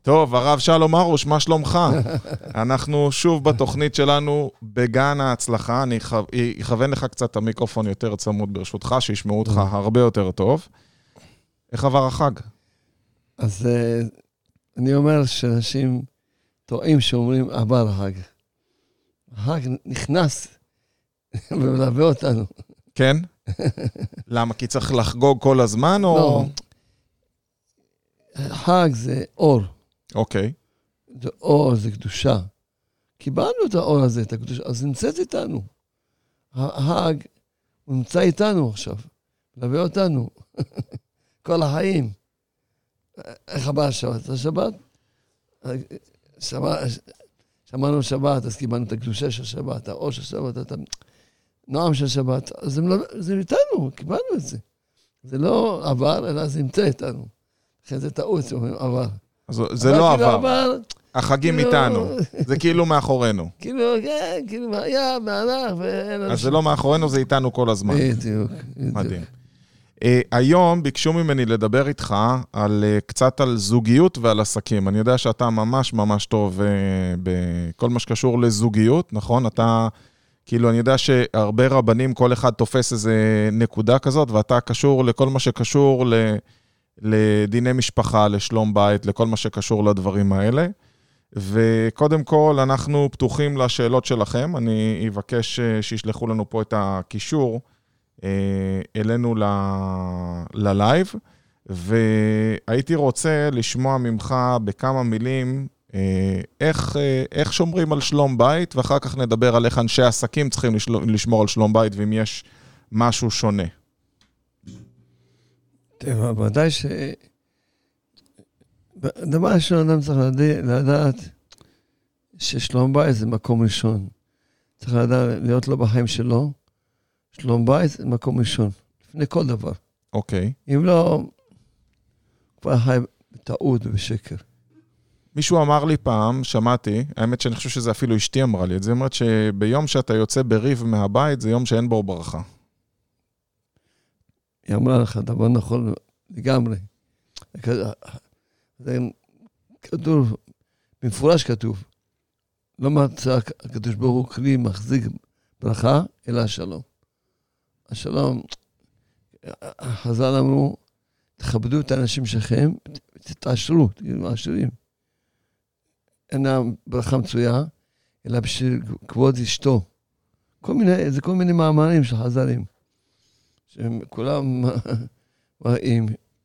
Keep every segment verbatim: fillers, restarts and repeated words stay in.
טוב, הרב שלום ארוש, מה שלומך? אנחנו שוב בתוכנית שלנו בגן ההצלחה, אני אכוון לך קצת את המיקרופון יותר צמוד ברשותך, שישמעו אותך הרבה יותר טוב. איך עבר החג? אז אני אומר שאנשים טועים שאומרים עבר החג. החג נכנס ומלווה אותנו. כן? למה? כי צריך לחגוג כל הזמן או... לא. חג זה אור. אוקיי. זה אור, זה קדושה. קיבלנו את האור הזה, את הקדושה, אז נמצאת איתנו. החג, הוא נמצא איתנו עכשיו. מלווה אותנו. כל החיים. איך הבא השבת? השבת? שמענו שבת, אז קיבלנו את הקדושה של שבת, האור של שבת, את הנועם של שבת. אז זה איתנו, קיבלנו את זה. זה לא עבר, אלא זה נמצא איתנו. לכן זה טעות, זה אומר עבר. זה לא עבר. החגים איתנו. זה כאילו מאחורינו. כאילו, כן, כאילו, היה, מהלך, אז זה לא מאחורינו, זה איתנו כל הזמן. בדיוק. מדהים. היום ביקשו ממני לדבר איתך על קצת על זוגיות ועל עסקים. אני יודע שאתה ממש ממש טוב בכל מה שקשור לזוגיות, נכון? אתה, כאילו, אני יודע שהרבה רבנים, כל אחד תופס איזה נקודה כזאת, ואתה קשור לכל מה שקשור ל... לדיני משפחה, לשלום בית, לכל מה שקשור לדברים האלה. וקודם כל, אנחנו פתוחים לשאלות שלכם. אני אבקש שישלחו לנו פה את הקישור אלינו ללייב, והייתי רוצה לשמוע ממך בכמה מילים איך, איך שומרים על שלום בית, ואחר כך נדבר על איך אנשי עסקים צריכים לשמור על שלום בית, ואם יש משהו שונה. ודאי ש... דבר ראשון, אדם צריך לדעת ששלום בית זה מקום ראשון. צריך לדעת להיות לו בחיים שלו, שלום בית זה מקום ראשון, לפני כל דבר. אוקיי. אם לא, כבר חי בטעות ובשקר. מישהו אמר לי פעם, שמעתי, האמת שאני חושב שזה אפילו אשתי אמרה לי, את זה אומרת שביום שאתה יוצא בריב מהבית, זה יום שאין בו ברכה. היא אמרה לך, דבר נכון לגמרי. זה כתוב, במפורש כתוב, לא מצא הקדוש ברוך הוא כלי מחזיק ברכה, אלא השלום. השלום, חז"ל אמרו, תכבדו את האנשים שלכם, תתעשרו, תגידו עשירים. אין ברכה מצויה, אלא בשביל כבוד אשתו. כל מיני, זה כל מיני מאמרים של חז"לים. שהם כולם מראים,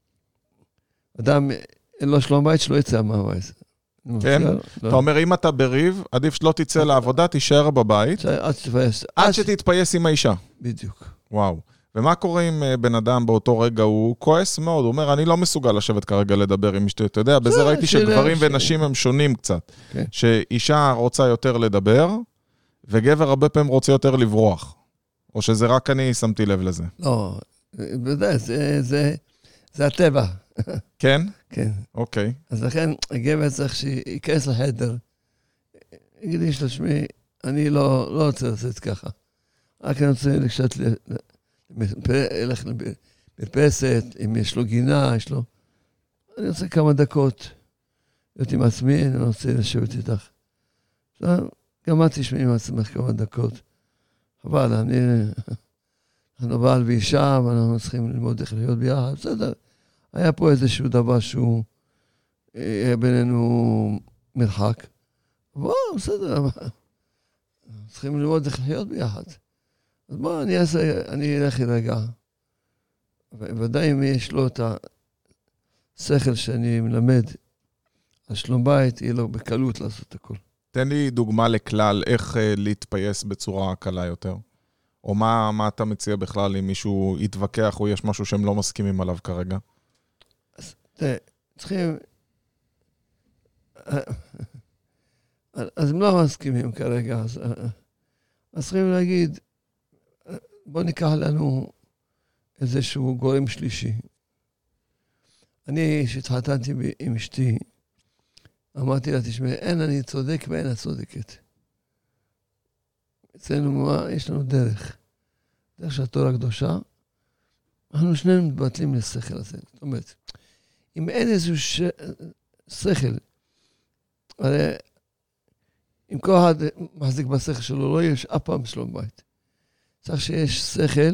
אדם אין לו שלום בית שלא יצא מהבית. כן? אתה אומר, אם אתה בריב, עדיף שלא תצא לעבודה, תישאר בבית, עד שתתפייס עם האישה. בדיוק. וואו. ומה קורה אם בן אדם באותו רגע הוא כועס מאוד, הוא אומר, אני לא מסוגל לשבת כרגע לדבר עם אשתי, אתה יודע, בזה ראיתי שגברים ונשים הם שונים קצת, שאישה רוצה יותר לדבר, וגבר הרבה פעמים רוצה יותר לברוח. או שזה רק אני שמתי לב לזה? לא, בוודאי, זה, זה, זה הטבע. כן? כן. אוקיי. אז לכן, הגבר צריך שייכנס לחדר, יגיד לי שלשמי, אני לא, לא רוצה לעשות ככה. רק אני רוצה לקשת, הלך למרפסת, אם יש לו גינה, יש לו... אני רוצה כמה דקות להיות עם עצמי, אני רוצה לשבת איתך. גם את תשמעי עם עצמך כמה דקות. אבל אני, אנחנו בעל ואישה, ואנחנו צריכים ללמוד איך להיות ביחד. בסדר, היה פה איזשהו דבר שהוא, היה בינינו מרחק. אבל בסדר, צריכים ללמוד איך להיות ביחד. אז בוא, אני אעשה, אני אלך רגע. ודאי אם יש לו את השכל שאני מלמד על שלום בית, יהיה לו בקלות לעשות הכל. תן לי דוגמה לכלל, איך להתפייס בצורה קלה יותר. או מה, מה אתה מציע בכלל אם מישהו יתווכח או יש משהו שהם לא מסכימים עליו כרגע? אז תראה, צריכים... אז הם לא מסכימים כרגע, אז, אז צריכים להגיד, בוא ניקח לנו איזשהו גורם שלישי. אני, שהתחתנתי עם אשתי, אמרתי לה, תשמע, אין אני צודק ואין את צודקת. אצלנו מה, יש לנו דרך. דרך של התורה הקדושה, אנחנו שנינו מתבטלים לשכל הזה. זאת אומרת, אם אין איזשהו ש... שכל הרי אם כל אחד מחזיק בשכל שלו, לא יש אף פעם שלום בית. צריך שיש שכל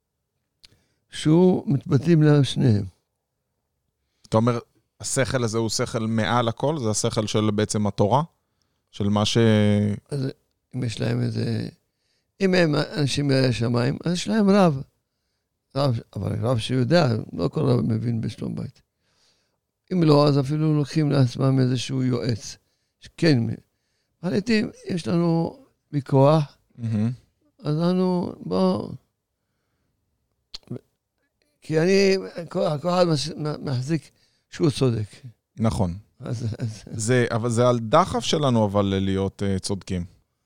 שהוא מתבטאים לשניהם. אתה אומר, השכל הזה הוא שכל מעל הכל? זה השכל של בעצם התורה? של מה ש... אז אם יש להם איזה... אם הם אנשים מהשמיים, השמיים, אז יש להם רב. רב, אבל רב שיודע, לא כל רב מבין בשלום בית. אם לא, אז אפילו לוקחים לעצמם איזשהו יועץ. כן, אבל לעתים יש לנו מכוח, אז אנחנו, בוא... כי אני, כל אחד מחזיק שהוא צודק. נכון. אז, אז... זה, אבל זה על דחף שלנו, אבל להיות uh, צודקים.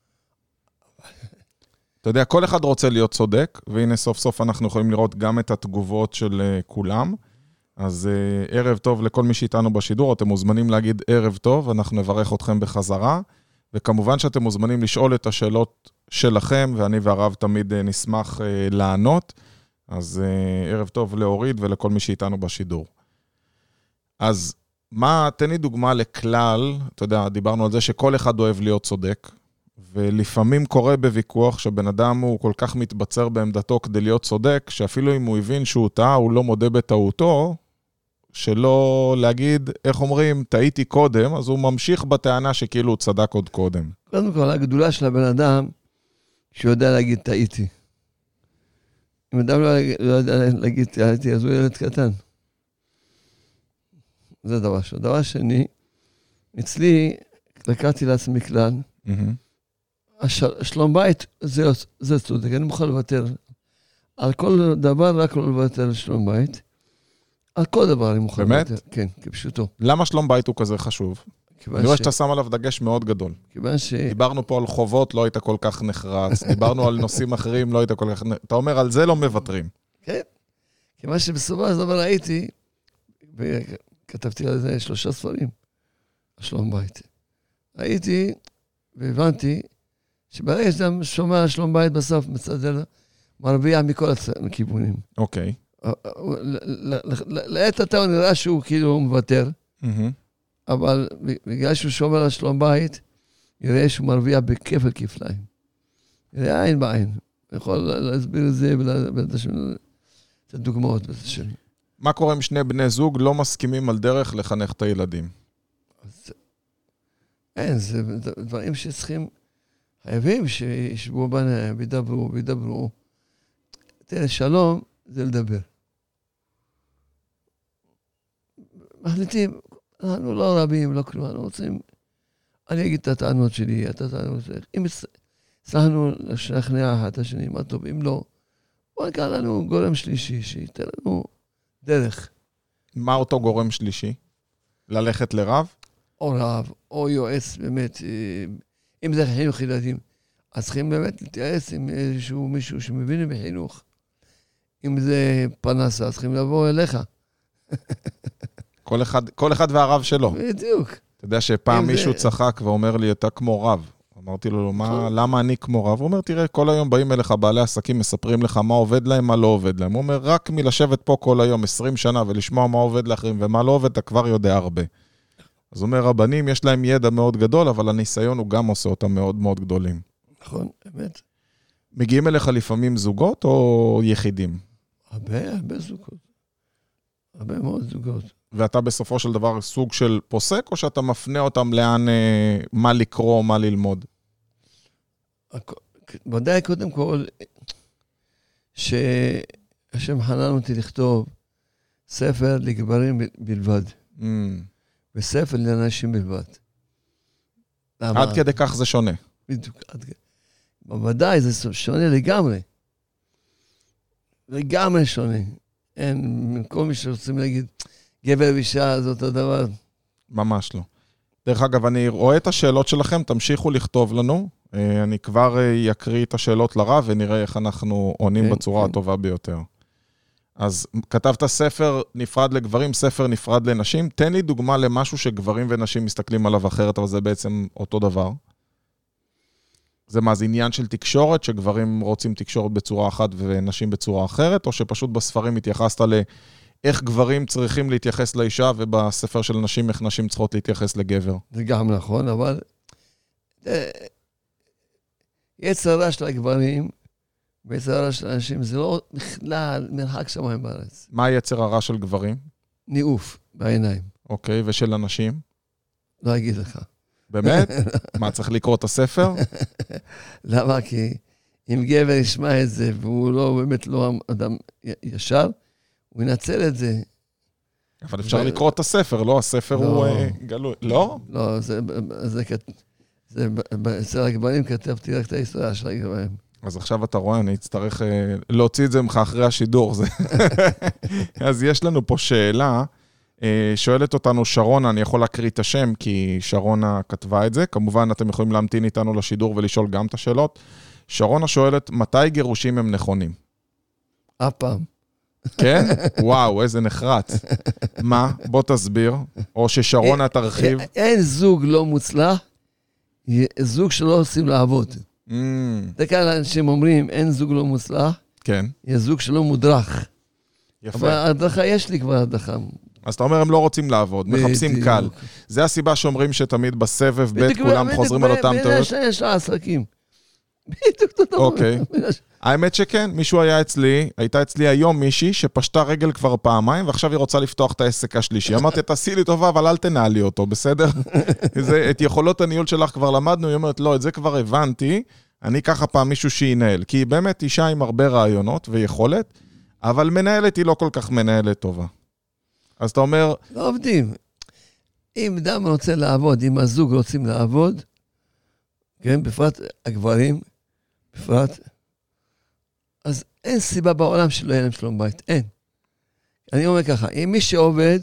אתה יודע, כל אחד רוצה להיות צודק, והנה סוף סוף אנחנו יכולים לראות גם את התגובות של uh, כולם. אז uh, ערב טוב לכל מי שאיתנו בשידור, אתם מוזמנים להגיד ערב טוב, אנחנו נברך אתכם בחזרה, וכמובן שאתם מוזמנים לשאול את השאלות שלכם, ואני והרב תמיד uh, נשמח uh, לענות. אז uh, ערב טוב להוריד ולכל מי שאיתנו בשידור. אז מה, תן לי דוגמה לכלל, אתה יודע, דיברנו על זה שכל אחד אוהב להיות צודק, ולפעמים קורה בוויכוח שבן אדם הוא כל כך מתבצר בעמדתו כדי להיות צודק, שאפילו אם הוא הבין שהוא טעה, הוא לא מודה בטעותו, שלא להגיד, איך אומרים, טעיתי קודם, אז הוא ממשיך בטענה שכאילו הוא צדק עוד קודם. קודם כל, הגדולה של הבן אדם, שיודע להגיד טעיתי. אם אדם לא יודע להגיד טעיתי, אז הוא ילד קטן. זה דבר שני. דבר שני, אצלי, לקחתי לעצמי כלל, השלום בית זה, זה צודק, אני מוכן לוותר על כל דבר, רק לא לוותר על שלום בית. על כל דבר אני מוכן באמת? לוותר. כן, כפשוטו. למה שלום בית הוא כזה חשוב? אני רואה שאתה שם עליו דגש מאוד גדול. כיוון ש... דיברנו פה על חובות, לא היית כל כך נחרץ, דיברנו על נושאים אחרים, לא היית כל כך... אתה אומר, על זה לא מוותרים. כן, כיוון שבסופו של דבר ראיתי, וכתבתי על זה שלושה ספרים, השלום בית. ראיתי והבנתי שברגע שאתה שומע על שלום בית בסוף מצדר, מרביע מכל הכיוונים. אוקיי. לעת עתה הוא נראה שהוא כאילו מוותר, אבל בגלל שהוא שומע על שלום בית, יראה שהוא מרביע בכפל כפליים. יראה עין בעין. אני יכול להסביר את זה ולתת דוגמאות. מה קורה אם שני בני זוג לא מסכימים על דרך לחנך את הילדים? אין, זה דברים שצריכים, חייבים שישבו ביניהם, וידברו, וידברו. תראה, שלום זה לדבר. מחליטים, אנחנו לא רבים, לא כלום, אנחנו רוצים, אני אגיד את הטענות שלי, את הטענות שלי. אם הצלחנו לשכנע אחת השני, מה טוב, אם לא, בוא נקרא לנו גורם שלישי, שייתן לנו דרך. מה אותו גורם שלישי? ללכת לרב? או רב, או יועץ, באמת, אם זה חינוך ילדים, אז צריכים באמת להתייעץ עם איזשהו מישהו שמבין בחינוך. אם זה פנסה, אז צריכים לבוא אליך. כל אחד, כל אחד והרב שלו. בדיוק. אתה יודע שפעם מישהו זה... צחק ואומר לי, אתה כמו רב. אמרתי לו, מה, למה אני כמו רב? הוא אומר, תראה, כל היום באים אליך בעלי עסקים, מספרים לך מה עובד להם, מה לא עובד להם. הוא אומר, רק מלשבת פה כל היום, עשרים שנה, ולשמוע מה עובד לאחרים ומה לא עובד, אתה כבר יודע הרבה. אז הוא אומר, רבנים, יש להם ידע מאוד גדול, אבל הניסיון הוא גם עושה אותם מאוד מאוד גדולים. נכון, אמת. מגיעים אליך לפעמים זוגות או יחידים? הרבה, הרבה זוגות. הרבה מאוד זוגות. ואתה בסופו של דבר סוג של פוסק, או שאתה מפנה אותם לאן, מה לקרוא, מה ללמוד? ודאי קודם כל, שהשם חנן אותי לכתוב ספר לגברים בלבד. Mm. וספר לאנשים בלבד. עד למה? כדי כך זה שונה. בדיוק, עד כדי. בוודאי, זה שונה לגמרי. לגמרי שונה. אין, כל מי שרוצים להגיד, גבר ואישה, זה אותו דבר. ממש לא. דרך אגב, אני רואה את השאלות שלכם, תמשיכו לכתוב לנו. אני כבר יקריא את השאלות לרב, ונראה איך אנחנו עונים כן, בצורה כן. הטובה ביותר. אז כתבת ספר נפרד לגברים, ספר נפרד לנשים. תן לי דוגמה למשהו שגברים ונשים מסתכלים עליו אחרת, אבל זה בעצם אותו דבר. זה מה, זה עניין של תקשורת, שגברים רוצים תקשורת בצורה אחת ונשים בצורה אחרת, או שפשוט בספרים התייחסת איך גברים צריכים להתייחס לאישה, ובספר של נשים, איך נשים צריכות להתייחס לגבר. זה גם נכון, אבל יצר הרע של הגברים, ויצר הרע של האנשים, זה לא בכלל מרחק שמיים בארץ. מה היצר הרע של גברים? ניאוף בעיניים. אוקיי, ושל אנשים? לא אגיד לך. באמת? מה, צריך לקרוא את הספר? למה? כי אם גבר ישמע את זה, והוא לא באמת לא אדם ישר, הוא ינצל את זה. אבל אפשר לקרוא את הספר, לא? הספר הוא גלוי. לא? לא, זה אצל הגברים כתבתי רק את ההיסטוריה של הגברים. אז עכשיו אתה רואה, אני אצטרך להוציא את זה ממך אחרי השידור. אז יש לנו פה שאלה, שואלת אותנו שרונה, אני יכול להקריא את השם, כי שרונה כתבה את זה. כמובן, אתם יכולים להמתין איתנו לשידור ולשאול גם את השאלות. שרונה שואלת, מתי גירושים הם נכונים? אף פעם. כן? וואו, איזה נחרץ. מה? בוא תסביר. או ששרונה תרחיב. אין זוג לא מוצלח, זוג שלא עושים לעבוד. זה כאלה אנשים אומרים, אין זוג לא מוצלח, כן. יש זוג שלא מודרך. יפה. אבל הדרכה, יש לי כבר הדרכה. אז אתה אומר, הם לא רוצים לעבוד, מחפשים קל. זה הסיבה שאומרים שתמיד בסבב ב' כולם חוזרים על אותם טעויות. יש לה עסקים. אוקיי. האמת שכן, מישהו היה אצלי, הייתה אצלי היום מישהי שפשטה רגל כבר פעמיים, ועכשיו היא רוצה לפתוח את העסק השלישי. אמרתי, תעשי לי טובה, אבל אל תנהלי אותו, בסדר? את יכולות הניהול שלך כבר למדנו, היא אומרת, לא, את זה כבר הבנתי, אני ככה פעם מישהו שינהל. כי היא באמת אישה עם הרבה רעיונות ויכולת, אבל מנהלת היא לא כל כך מנהלת טובה. אז אתה אומר... לא עובדים. אם אדם רוצה לעבוד, אם הזוג רוצים לעבוד, כן, בפרט הגברים, בפרט, אז אין סיבה בעולם שלא יהיה להם שלום בית, אין. אני אומר ככה, אם מי שעובד,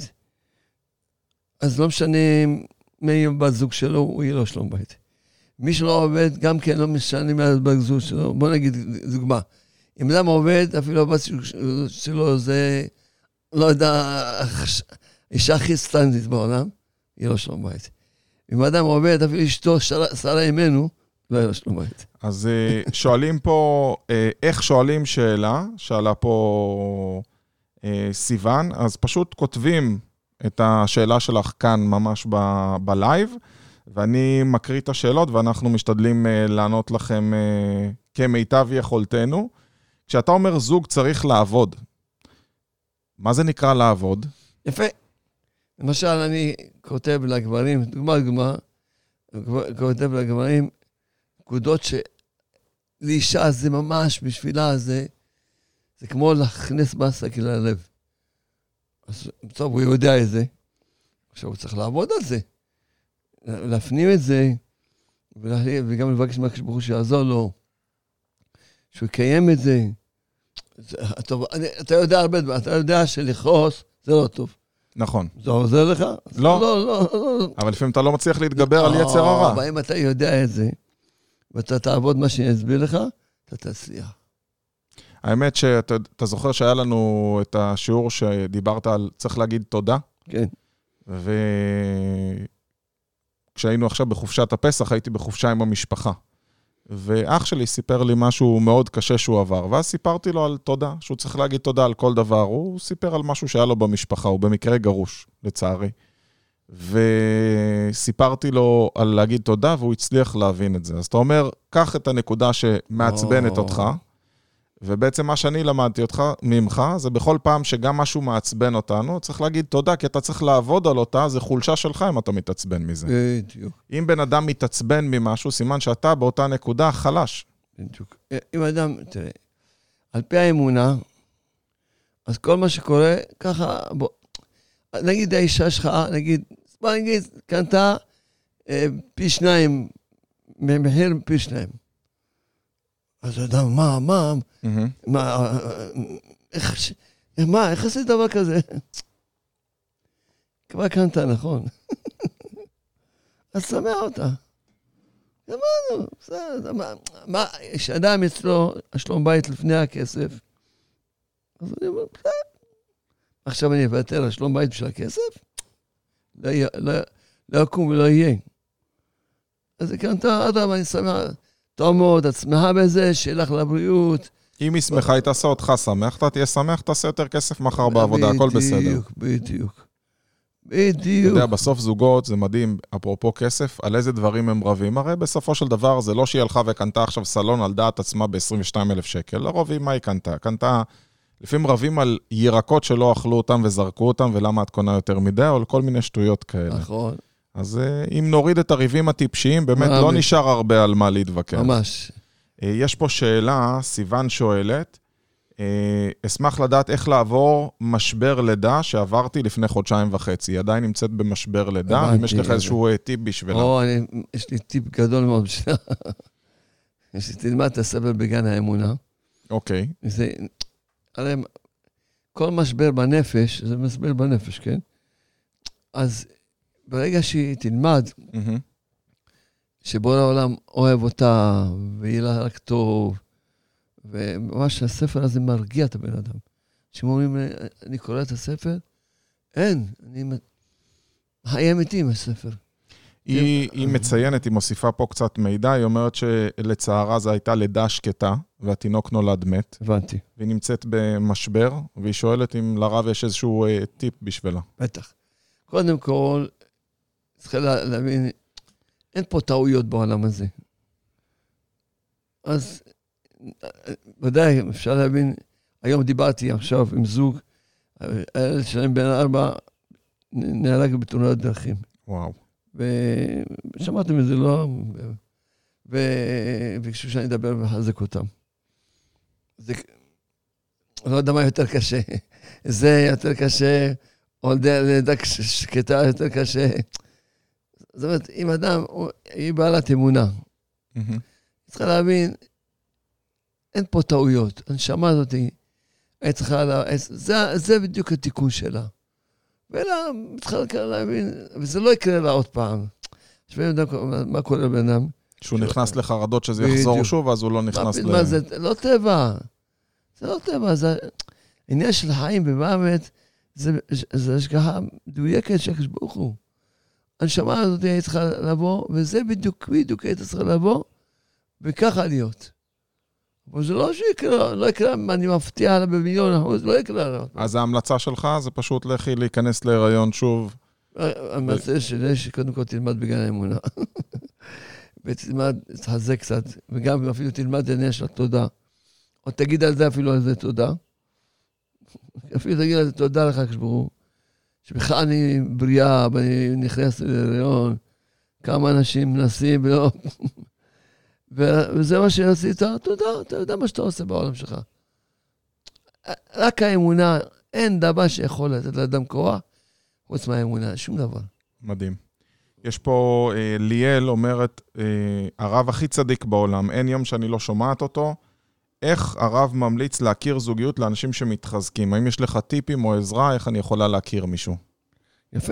אז לא משנה מי יהיה בזוג שלו, הוא יהיה לו שלום בית. מי שלא עובד, גם כן לא משנה מי יהיה בזוג שלו. בוא נגיד דוגמה, אם אדם עובד, אפילו בזוג שלו זה, לא יודע, אישה הכי סטנדית בעולם, יהיה לו שלום בית. אם אדם עובד, אפילו אשתו שרה אימנו, לא יהיה לו שלום בית. אז שואלים פה, איך שואלים שאלה, שאלה פה סיוון, אז פשוט כותבים את השאלה שלך כאן ממש ב- בלייב, ואני מקריא את השאלות, ואנחנו משתדלים לענות לכם כמיטב יכולתנו. כשאתה אומר זוג צריך לעבוד, מה זה נקרא לעבוד? יפה. למשל, אני כותב לגברים, דוגמה דוגמה, כותב לגברים, נקודות שלאישה זה ממש, בשבילה זה, זה כמו להכניס מסק ללב. אז טוב, הוא יודע את זה. עכשיו הוא צריך לעבוד על זה. להפנים את זה, וגם לבקש מהקדוש ברוך הוא שיעזור לו, שהוא יקיים את זה. טוב, אתה יודע הרבה דבר, אתה יודע שלכעוס זה לא טוב. נכון. זה עוזר לך? לא. לא, לא, לא. אבל לפעמים אתה לא מצליח להתגבר על יצר הרע. אבל אם אתה יודע את זה, ואתה תעבוד מה שאני אסביר לך, אתה תצליח. האמת שאתה זוכר שהיה לנו את השיעור שדיברת על צריך להגיד תודה? כן. וכשהיינו עכשיו בחופשת הפסח, הייתי בחופשה עם המשפחה. ואח שלי סיפר לי משהו מאוד קשה שהוא עבר, ואז סיפרתי לו על תודה, שהוא צריך להגיד תודה על כל דבר. הוא סיפר על משהו שהיה לו במשפחה, הוא במקרה גרוש, לצערי. וסיפרתי לו על להגיד תודה, והוא הצליח להבין את זה. אז אתה אומר, קח את הנקודה שמעצבנת אותך, ובעצם מה שאני למדתי אותך, ממך, זה בכל פעם שגם משהו מעצבן אותנו, צריך להגיד תודה, כי אתה צריך לעבוד על אותה, זה חולשה שלך אם אתה מתעצבן מזה. בדיוק. אם בן אדם מתעצבן ממשהו, סימן שאתה באותה נקודה חלש. בדיוק. אם אדם, תראה, על פי האמונה, אז כל מה שקורה, ככה, בוא, נגיד האישה שלך, נגיד, בוא נגיד, קנתה אה, פי שניים, ממחיר פי שניים. אז אדם, מה, מה, mm-hmm. מה, איך, מה, איך עשית דבר כזה? כבר קנתה, נכון. אז שמע אותה. אמרנו, בסדר, מה, מה, שאדם אצלו, השלום בית לפני הכסף, אז אני אומר, בסדר. עכשיו אני אוותר על שלום בית בשביל הכסף? לא, לא, לא יקום ולא יהיה. אז קנתה, אדם, אני שמח, טוב מאוד, את שמחה בזה, שיהיה לך לבריאות, אם היא שמחה, היא תעשה אותך שמח, אתה תהיה שמח, תעשה יותר כסף מחר בעבודה, הכל בסדר. בדיוק, בדיוק. בדיוק. אתה יודע, בסוף זוגות, זה מדהים, אפרופו כסף, על איזה דברים הם רבים. הרי בסופו של דבר, זה לא שהיא הלכה וקנתה עכשיו סלון על דעת עצמה ב-עשרים ושניים אלף שקל. לרוב היא מה היא קנתה? קנתה, לפעמים רבים על ירקות שלא אכלו אותם וזרקו אותם, ולמה את קונה יותר מדי, או על כל מיני שטויות כאלה. נכון. אז אם נוריד את הריבים הטיפשיים, באמת לא נשאר הרבה על מה להתווכח. ממש. יש פה שאלה, סיוון שואלת, אשמח לדעת איך לעבור משבר לידה שעברתי לפני חודשיים וחצי. היא עדיין נמצאת במשבר לידה, אם יש לך איזשהו טיפ בשבילה. או, יש לי טיפ גדול מאוד בשבילה. יש לי תלמד את הסבל בגן האמונה. אוקיי. זה, הרי כל משבר בנפש, זה משבר בנפש, כן? אז ברגע שהיא תלמד, שבו העולם אוהב אותה, ויהיה לה רק טוב, וממש הספר הזה מרגיע את הבן אדם. שאומרים, אני קורא את הספר, אין, אני חיים איתי עם הספר. היא, היא מציינת, היא מוסיפה פה קצת מידע, היא אומרת שלצערה זו הייתה לידה שקטה, והתינוק נולד מת. הבנתי. והיא נמצאת במשבר, והיא שואלת אם לרב יש איזשהו אה, טיפ בשבילה. בטח. קודם כל, צריכה להבין, אין פה טעויות בעולם הזה. אז ודאי, אפשר להבין, היום דיברתי עכשיו עם זוג, הילד שלהם בן ארבע, נהרג בתאונת דרכים. וואו. ושמעתם את זה, לא? וביקשו שאני אדבר ולחזק אותם. זה, לא יודע מה יותר קשה. זה יותר קשה, או לידה שקטה יותר קשה. זאת אומרת, אם אדם, היא בעלת אמונה. צריכה להבין, אין פה טעויות. הנשמה הזאת, היא צריכה לה... זה, זה בדיוק התיקון שלה. ואלה, צריכה להבין, וזה לא יקרה לה עוד פעם. שווים יודעים מה קורה לבן אדם. שהוא נכנס לחרדות שזה יחזור שוב, אז הוא לא נכנס ל... מה זה? לא טבע. זה לא טבע, זה... עניין של חיים במוות, זה השגחה מדויקת שהקדוש ברוך הוא. הנשמה הזאת היא צריכה לבוא, וזה בדיוק, בדיוק היא צריכה לבוא, וככה להיות. אבל זה לא שיקרה, לא יקרה, אני מבטיח לה במיליון אחוז, לא יקרה. אז ההמלצה שלך זה פשוט לכי להיכנס להיריון שוב. ההמלצה שלי שקודם כל תלמד בגן האמונה. ותלמד, תחזק קצת, וגם אפילו תלמד עניין של התודה. או תגיד על זה אפילו על זה תודה. אפילו תגיד על זה תודה לך כשברו. שבכלל אני בריאה, ואני נכנס להיריון, כמה אנשים מנסים ולא... וזה מה שעשית, תודה, אתה יודע מה שאתה עושה בעולם שלך. רק האמונה, אין דבר שיכול לתת לאדם כוח, חוץ מהאמונה, שום דבר. מדהים. יש פה, אה, ליאל אומרת, אה, הרב הכי צדיק בעולם, אין יום שאני לא שומעת אותו, איך הרב ממליץ להכיר זוגיות לאנשים שמתחזקים? האם יש לך טיפים או עזרה, איך אני יכולה להכיר מישהו? יפה.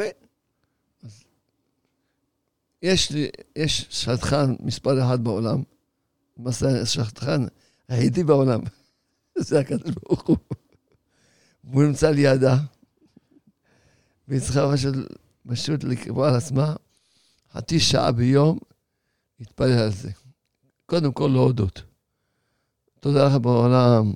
יש לי, יש שטחן מספר אחד בעולם, מסע שטחן היחידי בעולם, זה הקדוש ברוך הוא. הוא נמצא לידה, והיא צריכה פשוט לקבוע על עצמה, חצי שעה ביום, להתפלל על זה. קודם כל להודות. תודה לך בעולם,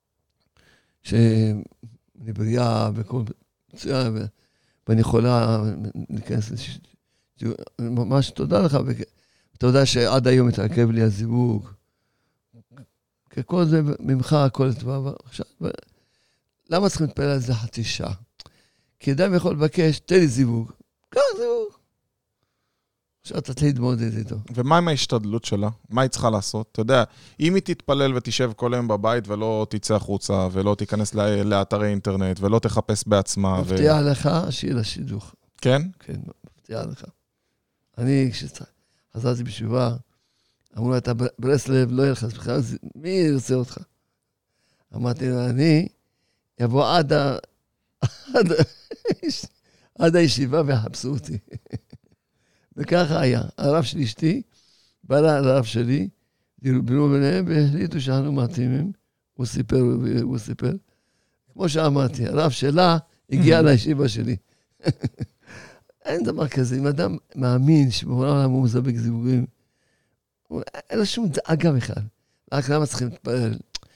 שאני בריאה וכל מצוין, ואני יכולה להיכנס לש... ממש תודה לך, ותודה שעד היום מתעכב לי הזיווג. כל זה ממך, הכל טבע. עכשיו, למה צריכים להתפלל על זה חצי שעה? כי אדם יכול לבקש, תן לי זיווג. קח זיווג. עכשיו תתחיל להתמודד איתו. ומה עם ההשתדלות שלה? מה היא צריכה לעשות? אתה יודע, אם היא תתפלל ותשב כל היום בבית ולא תצא החוצה, ולא תיכנס לאתרי אינטרנט, ולא תחפש בעצמה. מבטיח לך שיהיה לה שידוך. כן? כן, מבטיח לך. אני, כשחזרתי בתשובה, אמרו לה, אתה ברסלב, לא יהיה לך, מי ירצה אותך? אמרתי לה, אני אבוא עד, ה... עד... עד הישיבה ויחפשו אותי. וככה היה. הרב של אשתי, בא לרב שלי, דיברו ביניהם והחליטו שאנו מתאימים. הוא סיפר, הוא סיפר. כמו שאמרתי, הרב שלה הגיע לישיבה שלי. אין דבר כזה, אם אדם מאמין שבעולם הוא מזבק זיווגים, אין לו שום דאגה בכלל. רק למה צריכים להתפלל?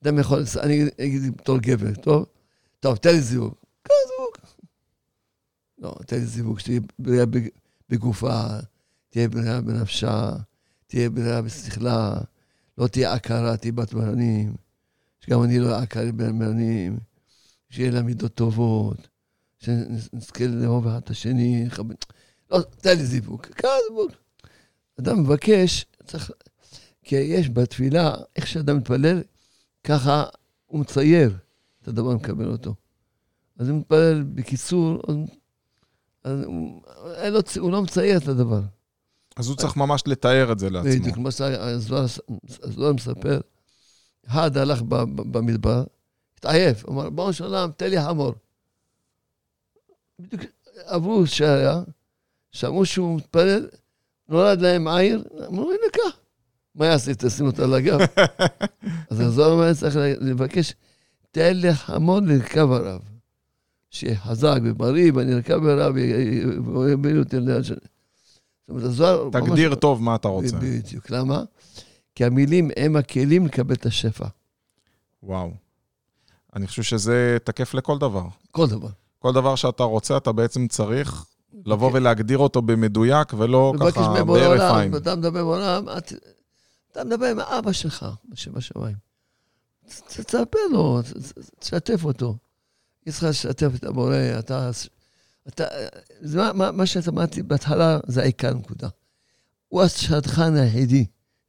אדם יכול, אני אגיד בתור גבר, טוב? טוב, תן לי זיווג. כמה זיווג? לא, תן לי זיווג, שתהיה בריאה בגופה, תהיה בריאה בנפשה, תהיה בריאה בשכלה, לא תהיה עקרה, תהיה בת מרנים, שגם אני לא עקרי בין מרנים, שיהיה לה מידות טובות, שנזכה לאהוב אחד את השני, לא, תן לי זיווג, כמה זיווג. אדם מבקש, צריך, כי יש בתפילה, איך שאדם מתפלל, ככה הוא מצייר את הדבר, מקבל אותו. אז הוא מתפלל בקיצור, אז הוא, לא, הוא לא מצייר את הדבר. אז הוא צריך ממש לתאר את זה לעצמו. בדיוק, כמו שהזוהר מספר, אחד הלך במדבר, התעייף, אמר, בואו שלום, תן לי חמור. בדיוק עברו שהיה, שמעו שהוא מתפלל, נולד להם עיר, אמרו, הנה כך. מה יעשי? תשים אותה לגב. אז הזוהר אומר, צריך לבקש, תן לי חמור לרכב הרב. שיהיה חזק ובריא, ואני ארכב הרב, ויביא אותי ליד שני. תגדיר טוב מה אתה רוצה. בדיוק, למה? כי המילים הם הכלים לקבל את השפע. וואו. אני חושב שזה תקף לכל דבר. כל דבר. כל דבר שאתה רוצה, אתה בעצם צריך לבוא ולהגדיר אותו במדויק, ולא ככה בערף עין. אתה מדבר בעולם, אתה מדבר עם האבא שלך, בשמיים. תספר לו, תשתף אותו. יש לך לשתף את הבורא, אתה... אתה, מה, מה, מה שאתה אמרתי בהתחלה, זה העיקר נקודה. הוא השדכן היחידי.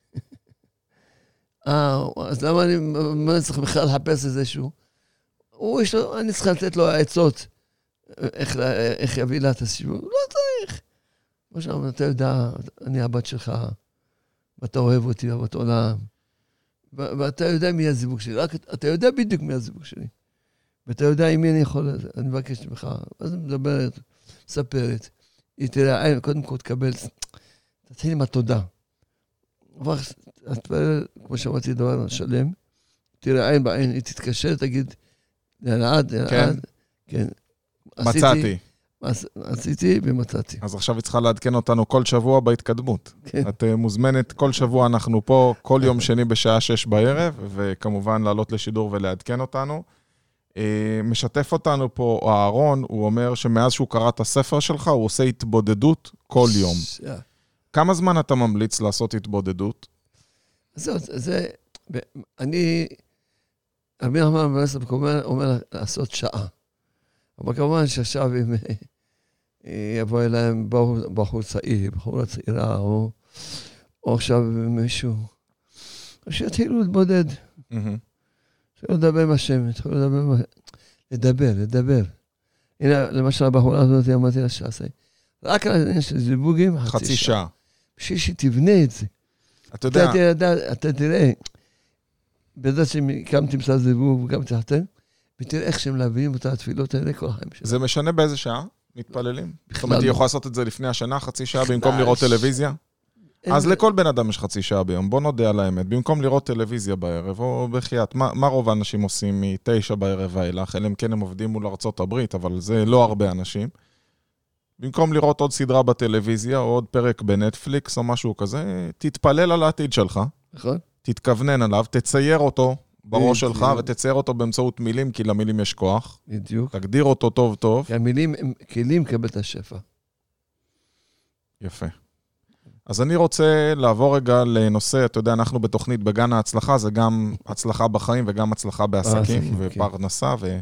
אה, אז למה אני, מה אני צריך בכלל לחפש איזשהו? הוא יש לו, אני צריך לתת לו העצות, איך, איך יביא לה את הסיבוב. לא צריך. כמו שאומר, אתה יודע, אני הבת שלך, ואתה אוהב אותי, אהבת עולם, ואתה יודע מי הזיווג שלי, רק אתה יודע בדיוק מי הזיווג שלי. ואתה יודע עם מי אני יכול, אני מבקש ממך, אז אני מדברת, מספרת, היא תראה, קודם כל תקבל, תתחיל עם התודה. אבל, כמו שאמרתי דבר שלם, תראה עין בעין, היא תתקשר, תגיד, לעד, לעד, כן. מצאתי. עשיתי ומצאתי. אז עכשיו היא צריכה לעדכן אותנו כל שבוע בהתקדמות. את מוזמנת, כל שבוע אנחנו פה, כל יום שני בשעה שש בערב, וכמובן לעלות לשידור ולעדכן אותנו. משתף אותנו פה אהרון, הוא אומר שמאז שהוא קרא את הספר שלך, הוא עושה התבודדות כל יום. כמה זמן אתה ממליץ לעשות התבודדות? זהו, זה, אני, רבי נחמן ברסלב אומר לעשות שעה. אבל כמובן שעכשיו אם יבוא אליהם בחור צעיר, בחורה צעירה, או עכשיו מישהו, שיתחילו להתבודד. התחילו לדבר עם השם, התחילו לדבר, לדבר, לדבר. הנה, למשל, הבחורה הזאת, אמרתי לה שעשה. רק על העניין של זיווגים, חצי שעה. בשביל שתבנה את זה. אתה יודע... אתה תראה, בדעת שהקמתי מסע זיווג וגם תחתן, ותראה איך שהם להביאים אותה התפילות האלה כל החיים שלהם. זה משנה באיזה שעה? מתפללים? זאת אומרת, היא יכולה לעשות את זה לפני השנה, חצי שעה, במקום לראות טלוויזיה? אז לכל בן אדם יש חצי שעה ביום, בוא נודה על האמת, במקום לראות טלוויזיה בערב, או בחייאת, מה, מה רוב האנשים עושים מתשע בערב האלך, אלא אם כן הם עובדים מול ארצות הברית, אבל זה לא הרבה אנשים. במקום לראות עוד סדרה בטלוויזיה, או עוד פרק בנטפליקס, או משהו כזה, תתפלל על העתיד שלך, נכון. תתכוונן עליו, תצייר אותו בראש שלך, ותצייר אותו באמצעות מילים, כי למילים יש כוח. בדיוק. תגדיר אותו טוב טוב. כי המילים הם כלים לקבל את השפע. יפה. אז אני רוצה לעבור רגע לנושא, אתה יודע, אנחנו בתוכנית בגן ההצלחה, זה גם הצלחה בחיים וגם הצלחה בעסקים ופרנסה. ו...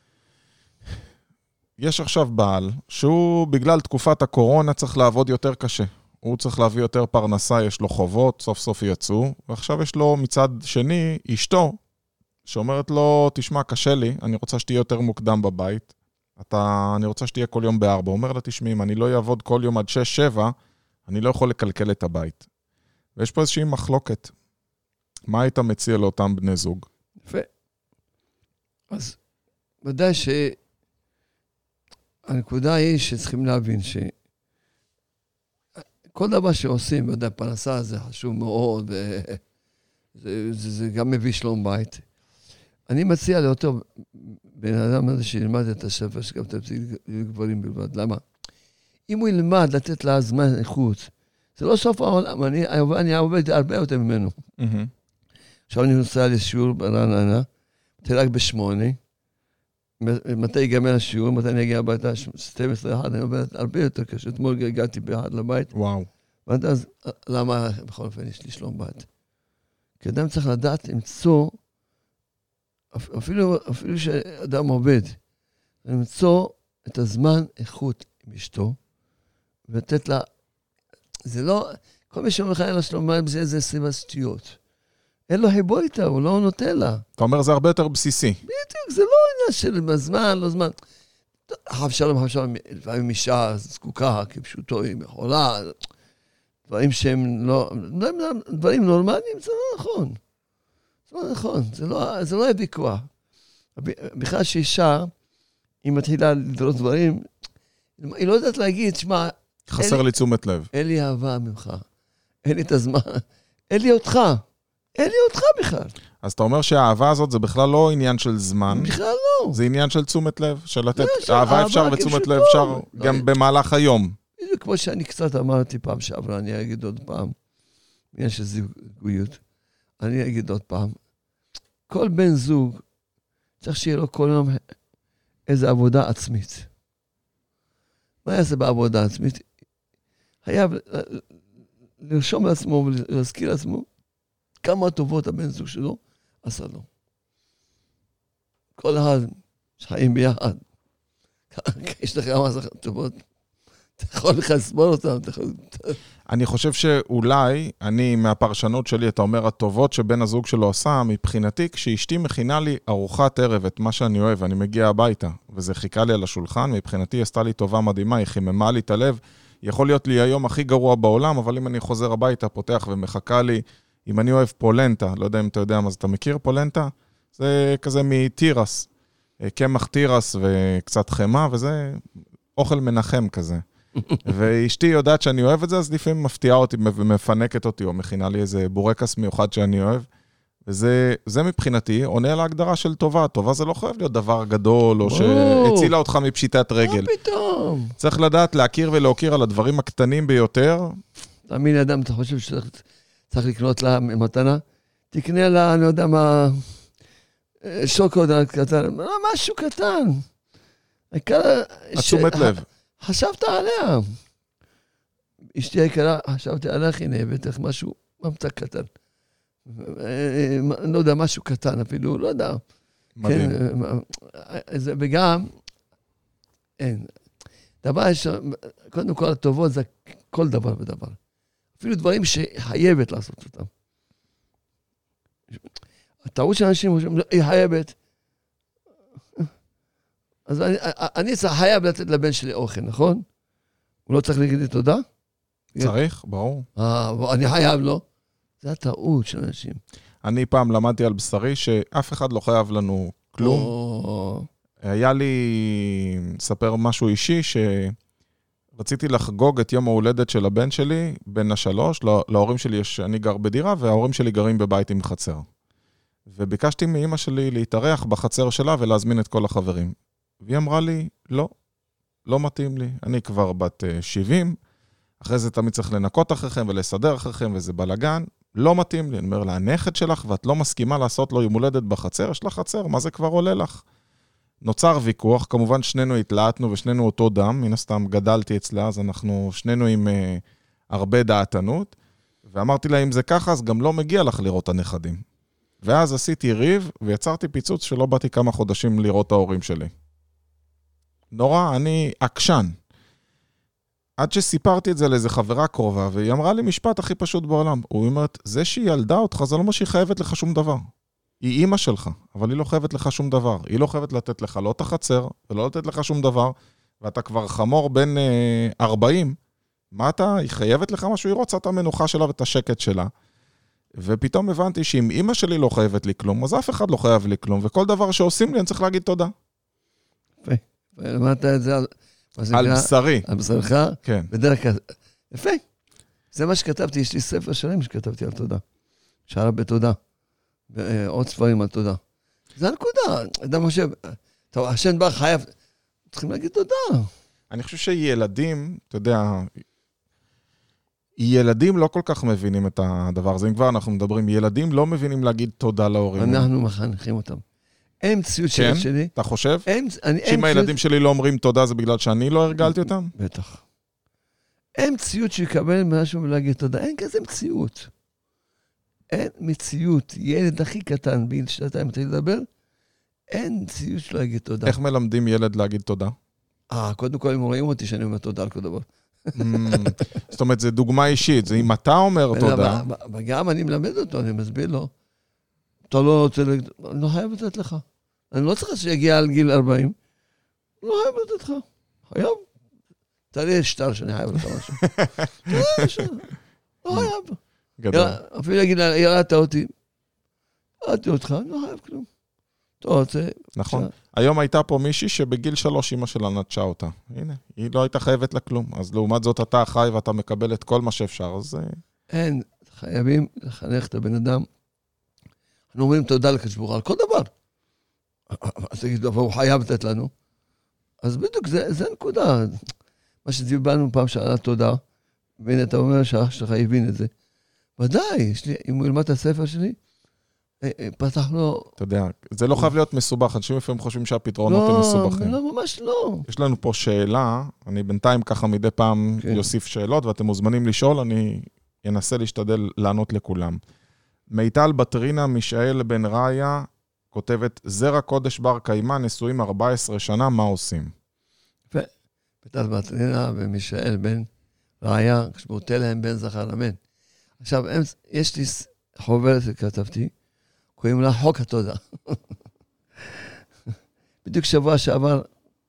יש עכשיו בעל שהוא בגלל תקופת הקורונה צריך לעבוד יותר קשה. הוא צריך להביא יותר פרנסה, יש לו חובות, סוף סוף יצאו, ועכשיו יש לו מצד שני אשתו, שאומרת לו, תשמע, קשה לי, אני רוצה שתהיה יותר מוקדם בבית, אתה, אני רוצה שתהיה כל יום בארבע. הוא אומר לה, תשמעי, אם אני לא אעבוד כל יום עד שש, שבע, אני לא יכול לקלקל את הבית. ויש פה איזושהי מחלוקת. מה היית מציע לאותם בני זוג? יפה. אז ודאי שהנקודה היא שצריכים להבין שכל דבר שעושים, ודאי פרנסה זה חשוב מאוד, וזה, זה, זה גם מביא שלום בית. אני מציע לאותו בן אדם הזה שילמד את הספר, שגם תפסיק גברים בלבד. למה? אם הוא ילמד לתת לה זמן איכות, זה לא סוף העולם, אני, אני עובד הרבה יותר ממנו. עכשיו אני נוסע לשיעור ברעננה, מתחיל רק בשמונה, מתי ייגמר השיעור, מתי אני אגיע הביתה, שתים עשרה אחד, אני עובד הרבה יותר קשה, אתמול הגעתי באחד לבית. וואו. ועד אז, למה בכל אופן יש לי שלום בית? כי אדם צריך לדעת למצוא, אפילו, אפילו שאדם עובד, למצוא את הזמן איכות עם אשתו, ולתת לה, זה לא, כל מי שאומר לך אין לה שלום בית, זה סביבה סטיות. אין לו חיבור איתה, הוא לא נותן לה. אתה אומר, זה הרבה יותר בסיסי. בדיוק, זה לא עניין של זמן, לא זמן. חב שלום, חב שלום, לפעמים אישה זקוקה, כפשוטו, היא מחולה, דברים שהם לא, דברים נורמליים, זה לא נכון. זה לא נכון, זה לא, זה לא היה ויכוח. בכלל שאישה, היא מתחילה לדרות דברים, היא לא יודעת להגיד, שמה, חסר לי תשומת לב. אין לי אהבה ממך, אין לי את הזמן, אין לי אותך. אין לי אותך בכלל. אז אתה אומר שהאהבה הזאת זה בכלל לא עניין של זמן. בכלל לא. זה עניין של תשומת לב, של לתת אהבה אפשר ותשומת לב אפשר גם במהלך היום. כמו שאני קצת אמרתי פעם שעברה, אני אגיד עוד פעם, עניין של זוגיות, אני אגיד עוד פעם, כל בן זוג צריך שיהיה לו כל יום איזו עבודה עצמית. מה יעשה בעבודה עצמית? חייב לרשום לעצמו ולהזכיר לעצמו, כמה טובות הבן זוג שלו עשה לו. כל אחד שחיים ביחד. יש לך כמה טובות. אתה יכול לך לסבור אותם. אני חושב שאולי, אני מהפרשנות שלי, אתה אומר, הטובות שבן הזוג שלו עשה, מבחינתי, כשאשתי מכינה לי ארוחת ערב, את מה שאני אוהב, אני מגיע הביתה, וזה חיכה לי על השולחן, מבחינתי היא עשתה לי טובה מדהימה, היא חיממה לי את הלב, יכול להיות לי היום הכי גרוע בעולם, אבל אם אני חוזר הביתה, פותח ומחכה לי, אם אני אוהב פולנטה, לא יודע אם אתה יודע מה זה, אתה מכיר פולנטה? זה כזה מטירס, קמח טירס וקצת חמה, וזה אוכל מנחם כזה. ואשתי יודעת שאני אוהב את זה, אז לפעמים מפתיעה אותי ומפנקת אותי, או מכינה לי איזה בורקס מיוחד שאני אוהב. וזה זה מבחינתי עונה על ההגדרה של טובה. טובה זה לא חייב להיות דבר גדול, או שהצילה אותך מפשיטת רגל. מה פתאום? צריך לדעת להכיר ולהוקיר על הדברים הקטנים ביותר. תאמין אדם, אתה חושב שצריך צריך לקנות לה מתנה? תקנה לה, אני יודע מה, שוקולד קטן, משהו קטן. עצומת לב. חשבת עליה. אשתי היקרה, חשבתי עלייך, הנה, הבאת לך משהו, ממתק קטן. לא יודע, משהו קטן אפילו, לא יודע. מדהים. וגם, אין. דבר, קודם כל, הטובות זה כל דבר ודבר. אפילו דברים שחייבת לעשות אותם. הטעות של אנשים, היא חייבת. אז אני, אני צריך, חייב לתת לבן שלי אוכל, נכון? הוא לא צריך להגיד לי תודה? צריך, ברור. אה, אני חייב לו. זה הטעות של אנשים. אני פעם למדתי על בשרי שאף אחד לא חייב לנו כלום. או... היה לי, ספר משהו אישי, שרציתי לחגוג את יום ההולדת של הבן שלי, בן השלוש, לה, להורים שלי יש, אני גר בדירה, וההורים שלי גרים בבית עם חצר. וביקשתי מאמא שלי להתארח בחצר שלה ולהזמין את כל החברים. והיא אמרה לי, לא, לא מתאים לי. אני כבר בת שבעים, אחרי זה תמיד צריך לנקות אחריכם ולסדר אחריכם, וזה בלגן. לא מתאים לי. אני אומר לה, הנכד שלך, ואת לא מסכימה לעשות לו יום הולדת בחצר, יש לך חצר, מה זה כבר עולה לך? נוצר ויכוח, כמובן שנינו התלעטנו ושנינו אותו דם, מן הסתם גדלתי אצלה, אז אנחנו שנינו עם אה, הרבה דעתנות, ואמרתי לה, אם זה ככה, אז גם לא מגיע לך לראות הנכדים. ואז עשיתי ריב, ויצרתי פיצוץ שלא באתי כמה חודשים לראות את ההורים שלי. נורא, אני עקשן. עד שסיפרתי את זה לאיזה חברה קרובה, והיא אמרה לי משפט הכי פשוט בעולם. הוא אומרת, זה שהיא ילדה אותך, זה לא מה שהיא חייבת לך שום דבר. היא אימא שלך, אבל היא לא חייבת לך שום דבר. היא לא חייבת לתת לך לא את החצר, ולא לתת לך שום דבר, ואתה כבר חמור בין אה, ארבעים. מה אתה? היא חייבת לך משהו, היא רוצה את המנוחה שלה ואת השקט שלה. ופתאום הבנתי שאם אימא שלי לא חייבת לי כלום, אז אף אחד לא חייב לי כלום, וכל דבר שעושים לי, אני צריך להגיד תודה. יפה. ולמדת את זה על... על בשרי. על בשרך? כן. בדרך כלל. יפה. זה מה שכתבתי, יש לי ספר שלם שכתבתי על תודה. שערה בתודה. ועוד ספרים על תודה. זה הנקודה. אדם חושב, טוב, השם בר חייב, צריכים להגיד תודה. אני חושב שילדים, אתה יודע, ילדים לא כל כך מבינים את הדבר הזה, אם כבר אנחנו מדברים, ילדים לא מבינים להגיד תודה להורים. אנחנו מחנכים אותם. אין מציאות כן? שלי. אתה חושב? אין, אני, שאם הילדים שלי לא אומרים תודה, זה בגלל שאני לא הרגלתי אותם? בטח. אין מציאות שיקבל משהו ולהגיד תודה. אין כזה מציאות. אין מציאות. ילד הכי קטן, בין שנתיים אתה לדבר, אין מציאות שלא להגיד תודה. איך מלמדים ילד להגיד תודה? אה, קודם כל הם רואים אותי שאני אומר תודה על כל דבר. זאת אומרת, זה דוגמה אישית, זה אם אתה אומר תודה. וגם אני מלמד אותו, אני מסביר לו, אתה לא רוצה, אני לא חייב לתת לך. אני לא צריך שיגיע על גיל ארבעים, לא חייב לתת לך. חייב. תראה שטר שאני חייב לך משהו. לא חייב. גדול. אפילו להגיד, ירדת אותי, ירדתי אותך, אני לא חייב כלום. אתה רוצה... נכון. היום הייתה פה מישהי שבגיל שלוש אמא שלה נטשה אותה. הנה, היא לא הייתה חייבת לה כלום. אז לעומת זאת אתה חי ואתה מקבל את כל מה שאפשר, אז... אין, חייבים לחנך את הבן אדם. אנחנו אומרים תודה לקדוש ברוך הוא על כל דבר. אז תגיד, אבל הוא חייב לתת לנו. אז בדיוק, זה, זה נקודה. מה שדיברנו פעם שעלה תודה, והנה אתה אומר שהאח שלך הבין את זה. ודאי, יש לי, אם הוא ילמד את הספר שלי, פתח לו... אתה יודע, זה לא חייב להיות מסובך, אנשים לפעמים חושבים שהפתרונות הם מסובכים. לא, ממש לא. יש לנו פה שאלה, אני בינתיים ככה מדי פעם יוסיף שאלות, ואתם מוזמנים לשאול, אני אנסה להשתדל לענות לכולם. מיטל בטרינה, מישאל בן ראיה, כותבת, זרע קודש בר קיימה, נשואים ארבע עשרה שנה, מה עושים? מיטל בטרינה ומישאל בן ראיה, כשבוטה להם בן זכר אמן. עכשיו, יש לי חוברת שכתבתי, קוראים לה חוק התודה. בדיוק שבוע שעבר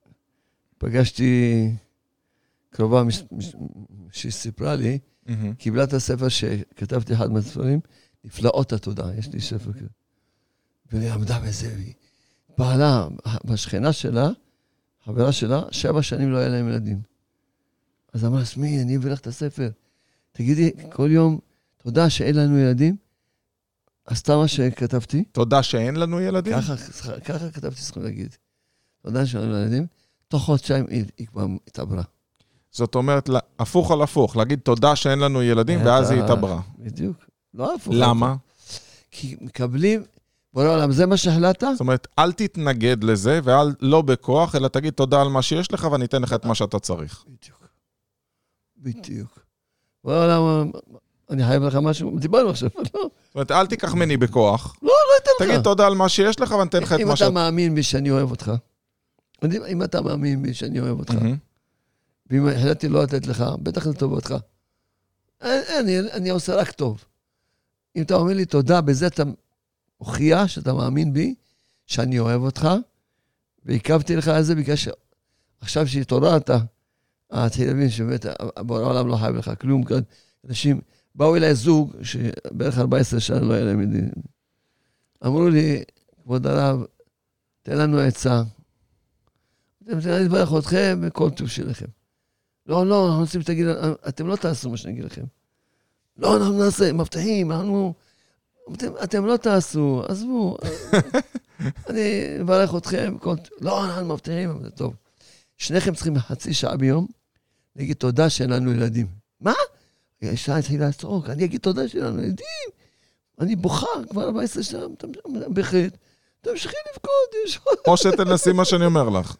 פגשתי קרובה שסיפרה לי, קיבלה את הספר שכתבתי אחד מהספרים, נפלאות התודה, יש לי ספר כזה. והיא עמדה בזה, והיא פעלה בשכנה שלה, חברה שלה, שבע שנים לא היה להם ילדים. אז אמרה, סמי, אני אביא לך את הספר. תגידי, כל יום, תודה שאין לנו ילדים, אז אתה מה שכתבתי. תודה שאין לנו ילדים? ככה, ככה כתבתי, צריכים להגיד. תודה שאין לנו ילדים, תוך חודשיים היא, היא כבר התעברה. זאת אומרת, הפוך על הפוך, להגיד תודה שאין לנו ילדים, ואז היא התעברה. בדיוק. לא הפוך. למה? כי מקבלים, בוא נעולם, זה מה שהחלטת? זאת אומרת, אל תתנגד לזה, ואל לא בכוח, אלא תגיד תודה על מה שיש לך, ואני אתן לך את מה שאתה צריך. בדיוק. בדיוק. בוא נעולם, אני חייב לך משהו, דיברנו עכשיו, לא? זאת אומרת, אל תיקח מני בכוח. לא, לא אתן לך. תגיד תודה על מה שיש לך, ואני אתן לך את מה שאתה... אם אתה מאמין בי שאני אוהב אותך, אם אתה מאמין בי שאני אוהב אותך, ואם החלטתי לא לתת לך, בטח לטוב אותך. אני עושה רק טוב. אם אתה אומר לי תודה, בזה אתה הוכיח שאתה מאמין בי, שאני אוהב אותך, ועיכבתי לך על זה בגלל שעכשיו שהתעוררת, התחיל להבין שבאמת בעולם לא חייב לך כלום, אנשים באו אליי זוג שבערך ארבע עשרה שנה לא היה להם ילדים. אמרו לי, כבוד הרב, תן לנו עצה. אני אברך אתכם וכל טוב שלכם. לא, לא, אנחנו רוצים שתגיד, אתם לא תעשו מה שנגיד לכם. לא, אנחנו נעשה, מבטחים, אנחנו... אתם, אתם לא תעשו, עזבו. אני אברך אתכם, כל... לא, אנחנו מבטחים, אבל זה טוב. שניכם צריכים חצי שעה ביום, להגיד תודה שאין לנו ילדים. מה? האישה התחילה לצעוק, אני אגיד תודה שאין לנו ילדים. אני בוכה כבר ארבע עשרה שנה, בחטא. תמשיכי לבכות. או שתנסי מה שאני אומר לך.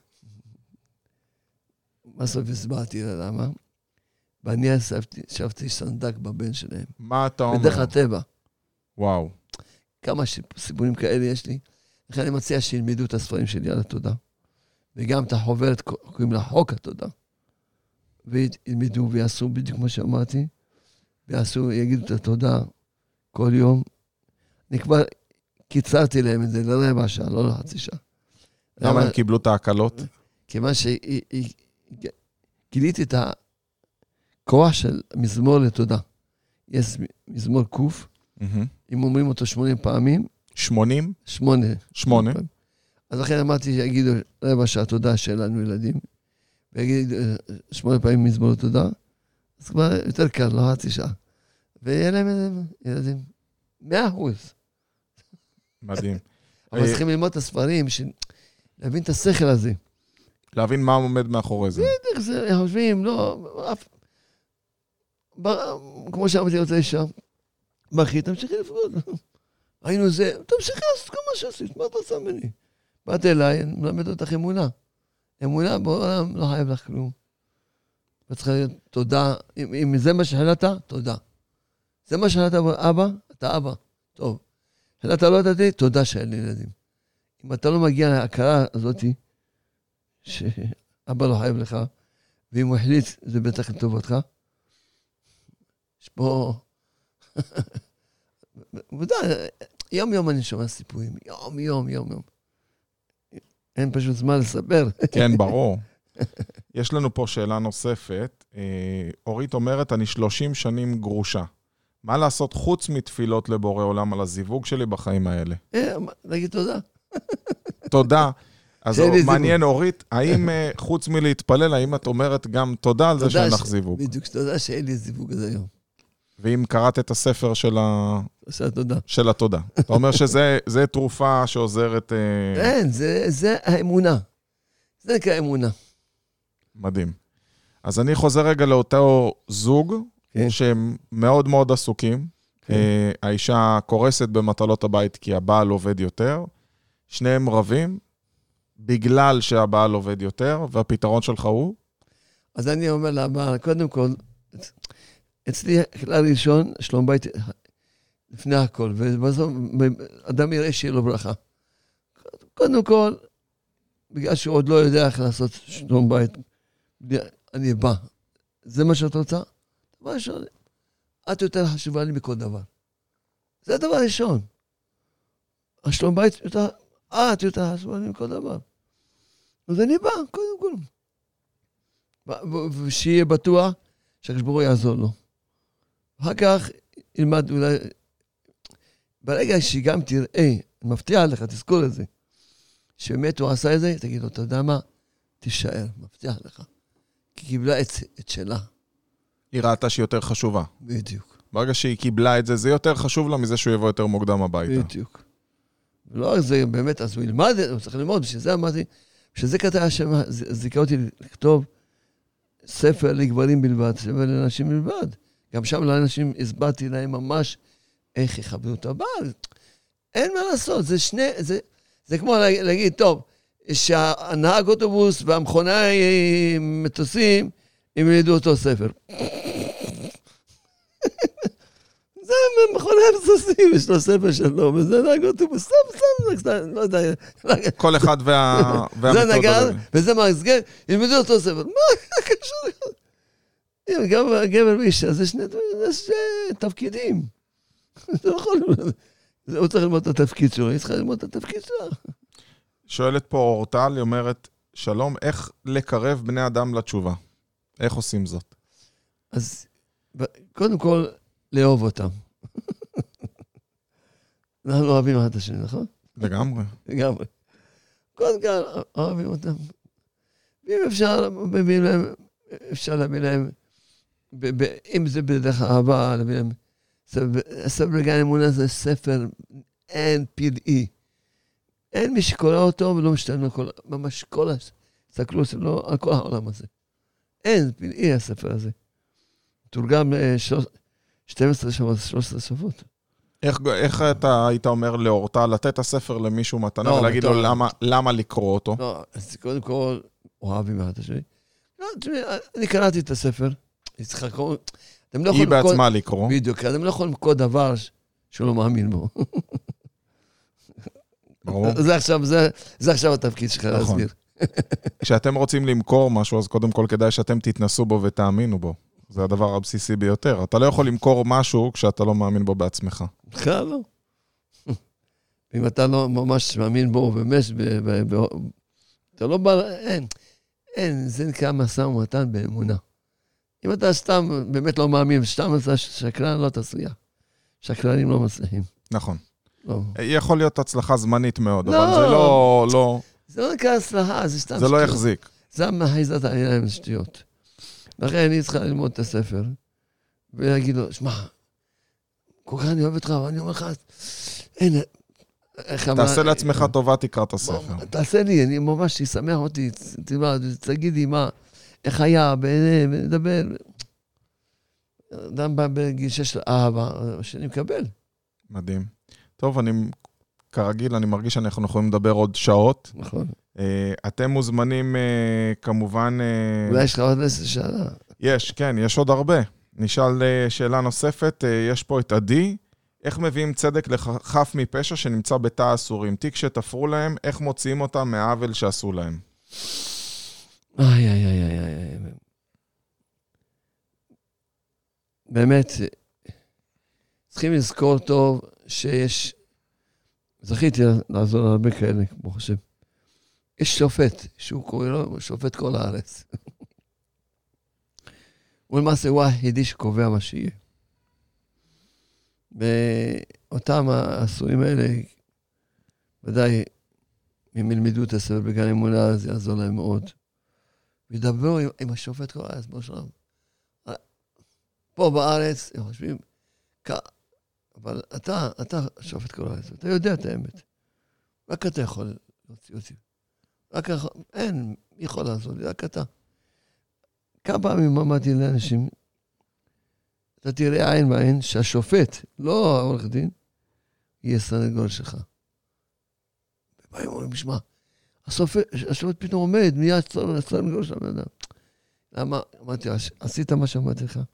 בסוף הסברתי לה, למה? ואני שבתי סנדק בבן שלהם. מה אתה אומר? בדרך הטבע. וואו. כמה סיפורים כאלה יש לי. לכן אני מציע שילמדו את הספרים שלי על התודה. וגם את החוברת, קוראים לה חוק התודה. וילמדו ויעשו בדיוק כמו שאמרתי. ויעשו, יגידו את התודה כל יום. אני כבר קיצרתי להם את זה לרבע שעה, לא לחצי שעה. למה הם קיבלו את ההקלות? כיוון שגיליתי את הכוח של מזמור לתודה. יש מזמור קוף, אם אומרים אותו שמונים פעמים. שמונים? שמונה. שמונה. אז לכן אמרתי שיגידו רבע שעה תודה שלנו ילדים, ויגידו שמונה פעמים מזמור לתודה, אז כבר יותר קל, לא חצי שעה. ויהיה להם ילדים. מאה אחוז. מדהים. אבל צריכים ללמוד את הספרים, להבין את השכל הזה. להבין מה עומד מאחורי זה. בדיוק, זה חושבים, לא... כמו שאמרתי אותה אישה, בכי, תמשיכי לפגוד. היינו זה, תמשיכי לעשות כל מה שעשית, מה אתה עושה ממני? באת אליי, אני מלמד אותך אמונה. אמונה בעולם לא חייב לך כלום. וצריכה להיות תודה, אם, אם זה מה שחלטת, תודה. זה מה שחלטת אבא, אתה אבא, טוב. חלטת לא ידעתי, תודה שאין לי ילדים. אם אתה לא מגיע להכרה הזאת, שאבא לא חייב לך, ואם הוא החליט, זה בטח לטובתך, יש פה... ודאי, יום יום אני שומע סיפורים, יום יום יום יום. אין פשוט זמן לספר. כן, ברור. יש לנו פה שאלה נוספת. אורית אומרת, אני שלושים שנים גרושה. מה לעשות חוץ מתפילות לבורא עולם על הזיווג שלי בחיים האלה? להגיד תודה. תודה. אז מעניין, אורית, האם חוץ מלהתפלל, האם את אומרת גם תודה על זה שאין לך זיווג? בדיוק, תודה שאין לי זיווג הזה היום. ואם קראת את הספר של ה... של התודה. של התודה. אתה אומר שזה תרופה שעוזרת... אין, זה האמונה. זה נקרא אמונה. מדהים. אז אני חוזר רגע לאותו זוג, שהם מאוד מאוד עסוקים. האישה קורסת במטלות הבית כי הבעל עובד יותר. שניהם רבים, בגלל שהבעל עובד יותר, והפתרון שלך הוא? אז אני אומר לבעל, קודם כל, אצלי כלל ראשון, שלום בית לפני הכל, ובסוף אדם יראה שיהיה לו ברכה. קודם כל, בגלל שהוא עוד לא יודע איך לעשות שלום בית, אני בא. זה מה שאת רוצה? דבר ראשון, את יותר חשובה לי מכל דבר. זה הדבר ראשון. השלום בית, את יותר חשובה לי מכל דבר. אז אני בא, קודם כל. ושיהיה בטוח שהקשבורו יעזור לו. אחר כך ילמד אולי, ברגע שגם תראה, אני מבטיח לך, תזכור את זה, שבאמת הוא עשה את זה, תגיד לו, אתה יודע מה? תישאר, מבטיח לך. כי קיבלה את, את שלה. היא ראתה שהיא יותר חשובה. בדיוק. ברגע שהיא קיבלה את זה, זה יותר חשוב לה מזה שהוא יבוא יותר מוקדם הביתה. בדיוק. ולא רק זה, באמת, אז הוא ילמד, הוא צריך ללמוד, בשביל זה אמרתי, בשביל זה כתב השם, זיקה אותי לכתוב ספר לגברים בלבד, ספר לנשים בלבד. גם שם לאנשים הסברתי להם ממש איך יכבדו את הבעל. אין מה לעשות, זה שני, זה, זה כמו להגיד, טוב, שהנהג אוטובוס והמכונה מטוסים, הם ילדו אותו ספר. זה מכונה מטוסים, יש לו ספר שלו, וזה נהג אוטובוס, סתם, סתם, לא יודע. כל אחד והמתוד. זה נגר, וזה מהסגר, ילמדו אותו ספר. מה קשור? גם הגבר ואישה, זה שני תפקידים. זה לא יכול, הוא צריך ללמוד את התפקיד שלו, היא צריכה ללמוד את התפקיד שלה. שואלת פה אורטל, היא אומרת, שלום, איך לקרב בני אדם לתשובה? איך עושים זאת? אז קודם כל, לאהוב אותם. אנחנו אוהבים אחד את השני, נכון? לגמרי. לגמרי. קודם כל, אוהבים אותם. ואם אפשר, אפשר להביא להם, אם זה בדרך אהבה, להביא להם, ספר גן אמונה זה ספר אין פלאי. אין מי שקורא אותו ולא משתנה כל, ממש כל הסתכלות שלו על כל העולם הזה. אין פלאי הספר הזה. תורגם שתים עשרה שפות, שלוש עשרה שפות. איך, איך אתה היית אומר לאורטל, לתת את הספר למישהו מתנה לא, ולהגיד לו למה, למה לקרוא אותו? לא, אז קודם כל, אוהבים אחד השני. לא, אני קראתי את הספר, היא צריכה לקרוא, היא בעצמה לקרוא. בדיוק, אתם לא יכולים לקרוא דבר שהוא לא מאמין בו. ברור. זה עכשיו, זה, זה עכשיו התפקיד שלך להסביר. כשאתם רוצים למכור משהו, אז קודם כל כדאי שאתם תתנסו בו ותאמינו בו. זה הדבר הבסיסי ביותר. אתה לא יכול למכור משהו כשאתה לא מאמין בו בעצמך. בכלל לא. אם אתה לא ממש מאמין בו, באמת, אתה לא בא, אין. אין, זה נקרא משא ומתן באמונה. אם אתה סתם באמת לא מאמין, סתם אתה שקרן, לא תצליח. שקרנים לא מצליחים. נכון. לא. יכול להיות הצלחה זמנית מאוד, לא. אבל זה לא, לא... זה לא נקרא הצלחה, זה סתם זה לא יחזיק. זה מאחיזת העיניים שטויות. לכן אני צריכה ללמוד את הספר, ולהגיד לו, שמע, כל כך אני אוהב אותך, אבל אני אומר לך, אין... תעשה לעצמך טובה, תקרא את הספר. תעשה לי, אני ממש תשמח אותי, תגיד לי מה, איך היה, ונדבר. אדם בא בגיל שש לאהבה, שאני מקבל. מדהים. טוב, אני, כרגיל, אני מרגיש שאנחנו יכולים לדבר עוד שעות. נכון. אתם מוזמנים, כמובן... אולי יש לך עוד עשר שאלה. יש, כן, יש עוד הרבה. נשאל שאלה נוספת, יש פה את עדי. איך מביאים צדק לחף מפשע שנמצא בתא אסורים? תיק שתפרו להם, איך מוציאים אותם מהעוול שעשו להם? איי, איי, איי, איי, איי. באמת, צריכים לזכור טוב שיש, זכיתי לעזור הרבה כאלה, כמו חושב. יש שופט, שהוא קורא לו, שופט כל הארץ. הוא למעשה הוא היחידי שקובע מה שיהיה. ואותם האסורים האלה, ודאי, אם ילמדו את הספר בגן אמונה, זה יעזור להם מאוד. וידברו עם, עם השופט כל הארץ, בוא שלום. פה בארץ, הם חושבים, אבל אתה, אתה שופט כל הארץ, אתה יודע את האמת. רק אתה יכול להוציא אותי. רק יכול, אין, מי יכול לעזור לי, רק אתה. כמה פעמים אמרתי לאנשים, אתה תראה עין בעין שהשופט, לא העורך דין, יהיה סנגור שלך. ובאים אומרים, משמע, השופט פתאום עומד, נהיה סנגור של הבן אדם. למה? אמרתי, עשית מה שאמרתי לך.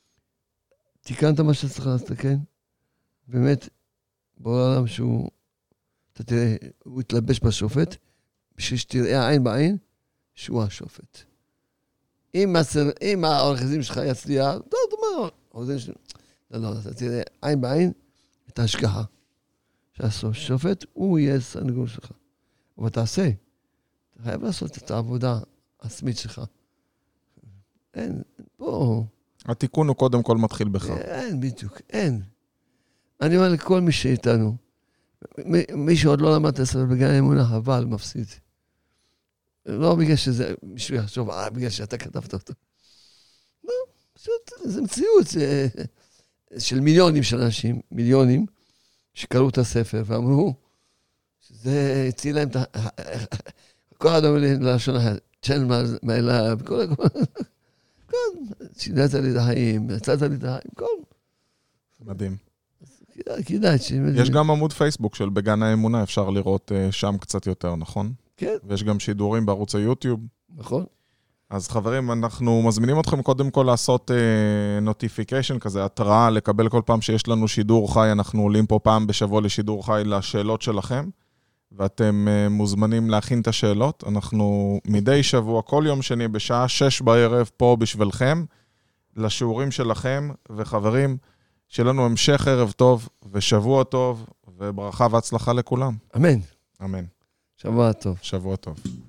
תיקנת מה שצריך להסתכל. באמת, בעולם שהוא, אתה תראה, הוא יתלבש בשופט, בשביל שתראה עין בעין, שהוא השופט. אם, הסר, אם העורך דין שלך יצליח, לא, אתה אומר, העורך דין שלך, לא, לא, אתה תראה עין בעין את ההשגחה. שהשופט, הוא יהיה סנגור שלך. אבל תעשה, אתה חייב לעשות את העבודה העצמית שלך. אין, פה... התיקון הוא קודם כל מתחיל בך. אין, בדיוק, אין. אני אומר לכל מי שאיתנו, מי, מי שעוד לא למד את הספר בגן האמונה, אבל מפסיד. לא בגלל שזה, מישהו יחשוב, אה, בגלל שאתה כתבת אותו. לא, פשוט, זה מציאות זה, של מיליונים של אנשים, מיליונים, שקראו את הספר ואמרו, שזה הציל להם את ה... כל אדם ללשון הצ'ן מעלה, וכל הכל, שידעת לי את החיים, יצאת לי את החיים, כל. מדהים. כדאי. יש גם עמוד פייסבוק של בגן האמונה, אפשר לראות שם קצת יותר, נכון? כן. ויש גם שידורים בערוץ היוטיוב. נכון. אז חברים, אנחנו מזמינים אתכם קודם כל לעשות נוטיפיקיישן כזה, התראה, לקבל כל פעם שיש לנו שידור חי, אנחנו עולים פה פעם בשבוע לשידור חי לשאלות שלכם, ואתם מוזמנים להכין את השאלות. אנחנו מדי שבוע, כל יום שני בשעה שש בערב פה בשבילכם, לשיעורים שלכם, וחברים, שיהיה לנו המשך ערב טוב ושבוע טוב, וברכה והצלחה לכולם. אמן. אמן. שבוע טוב. שבוע טוב.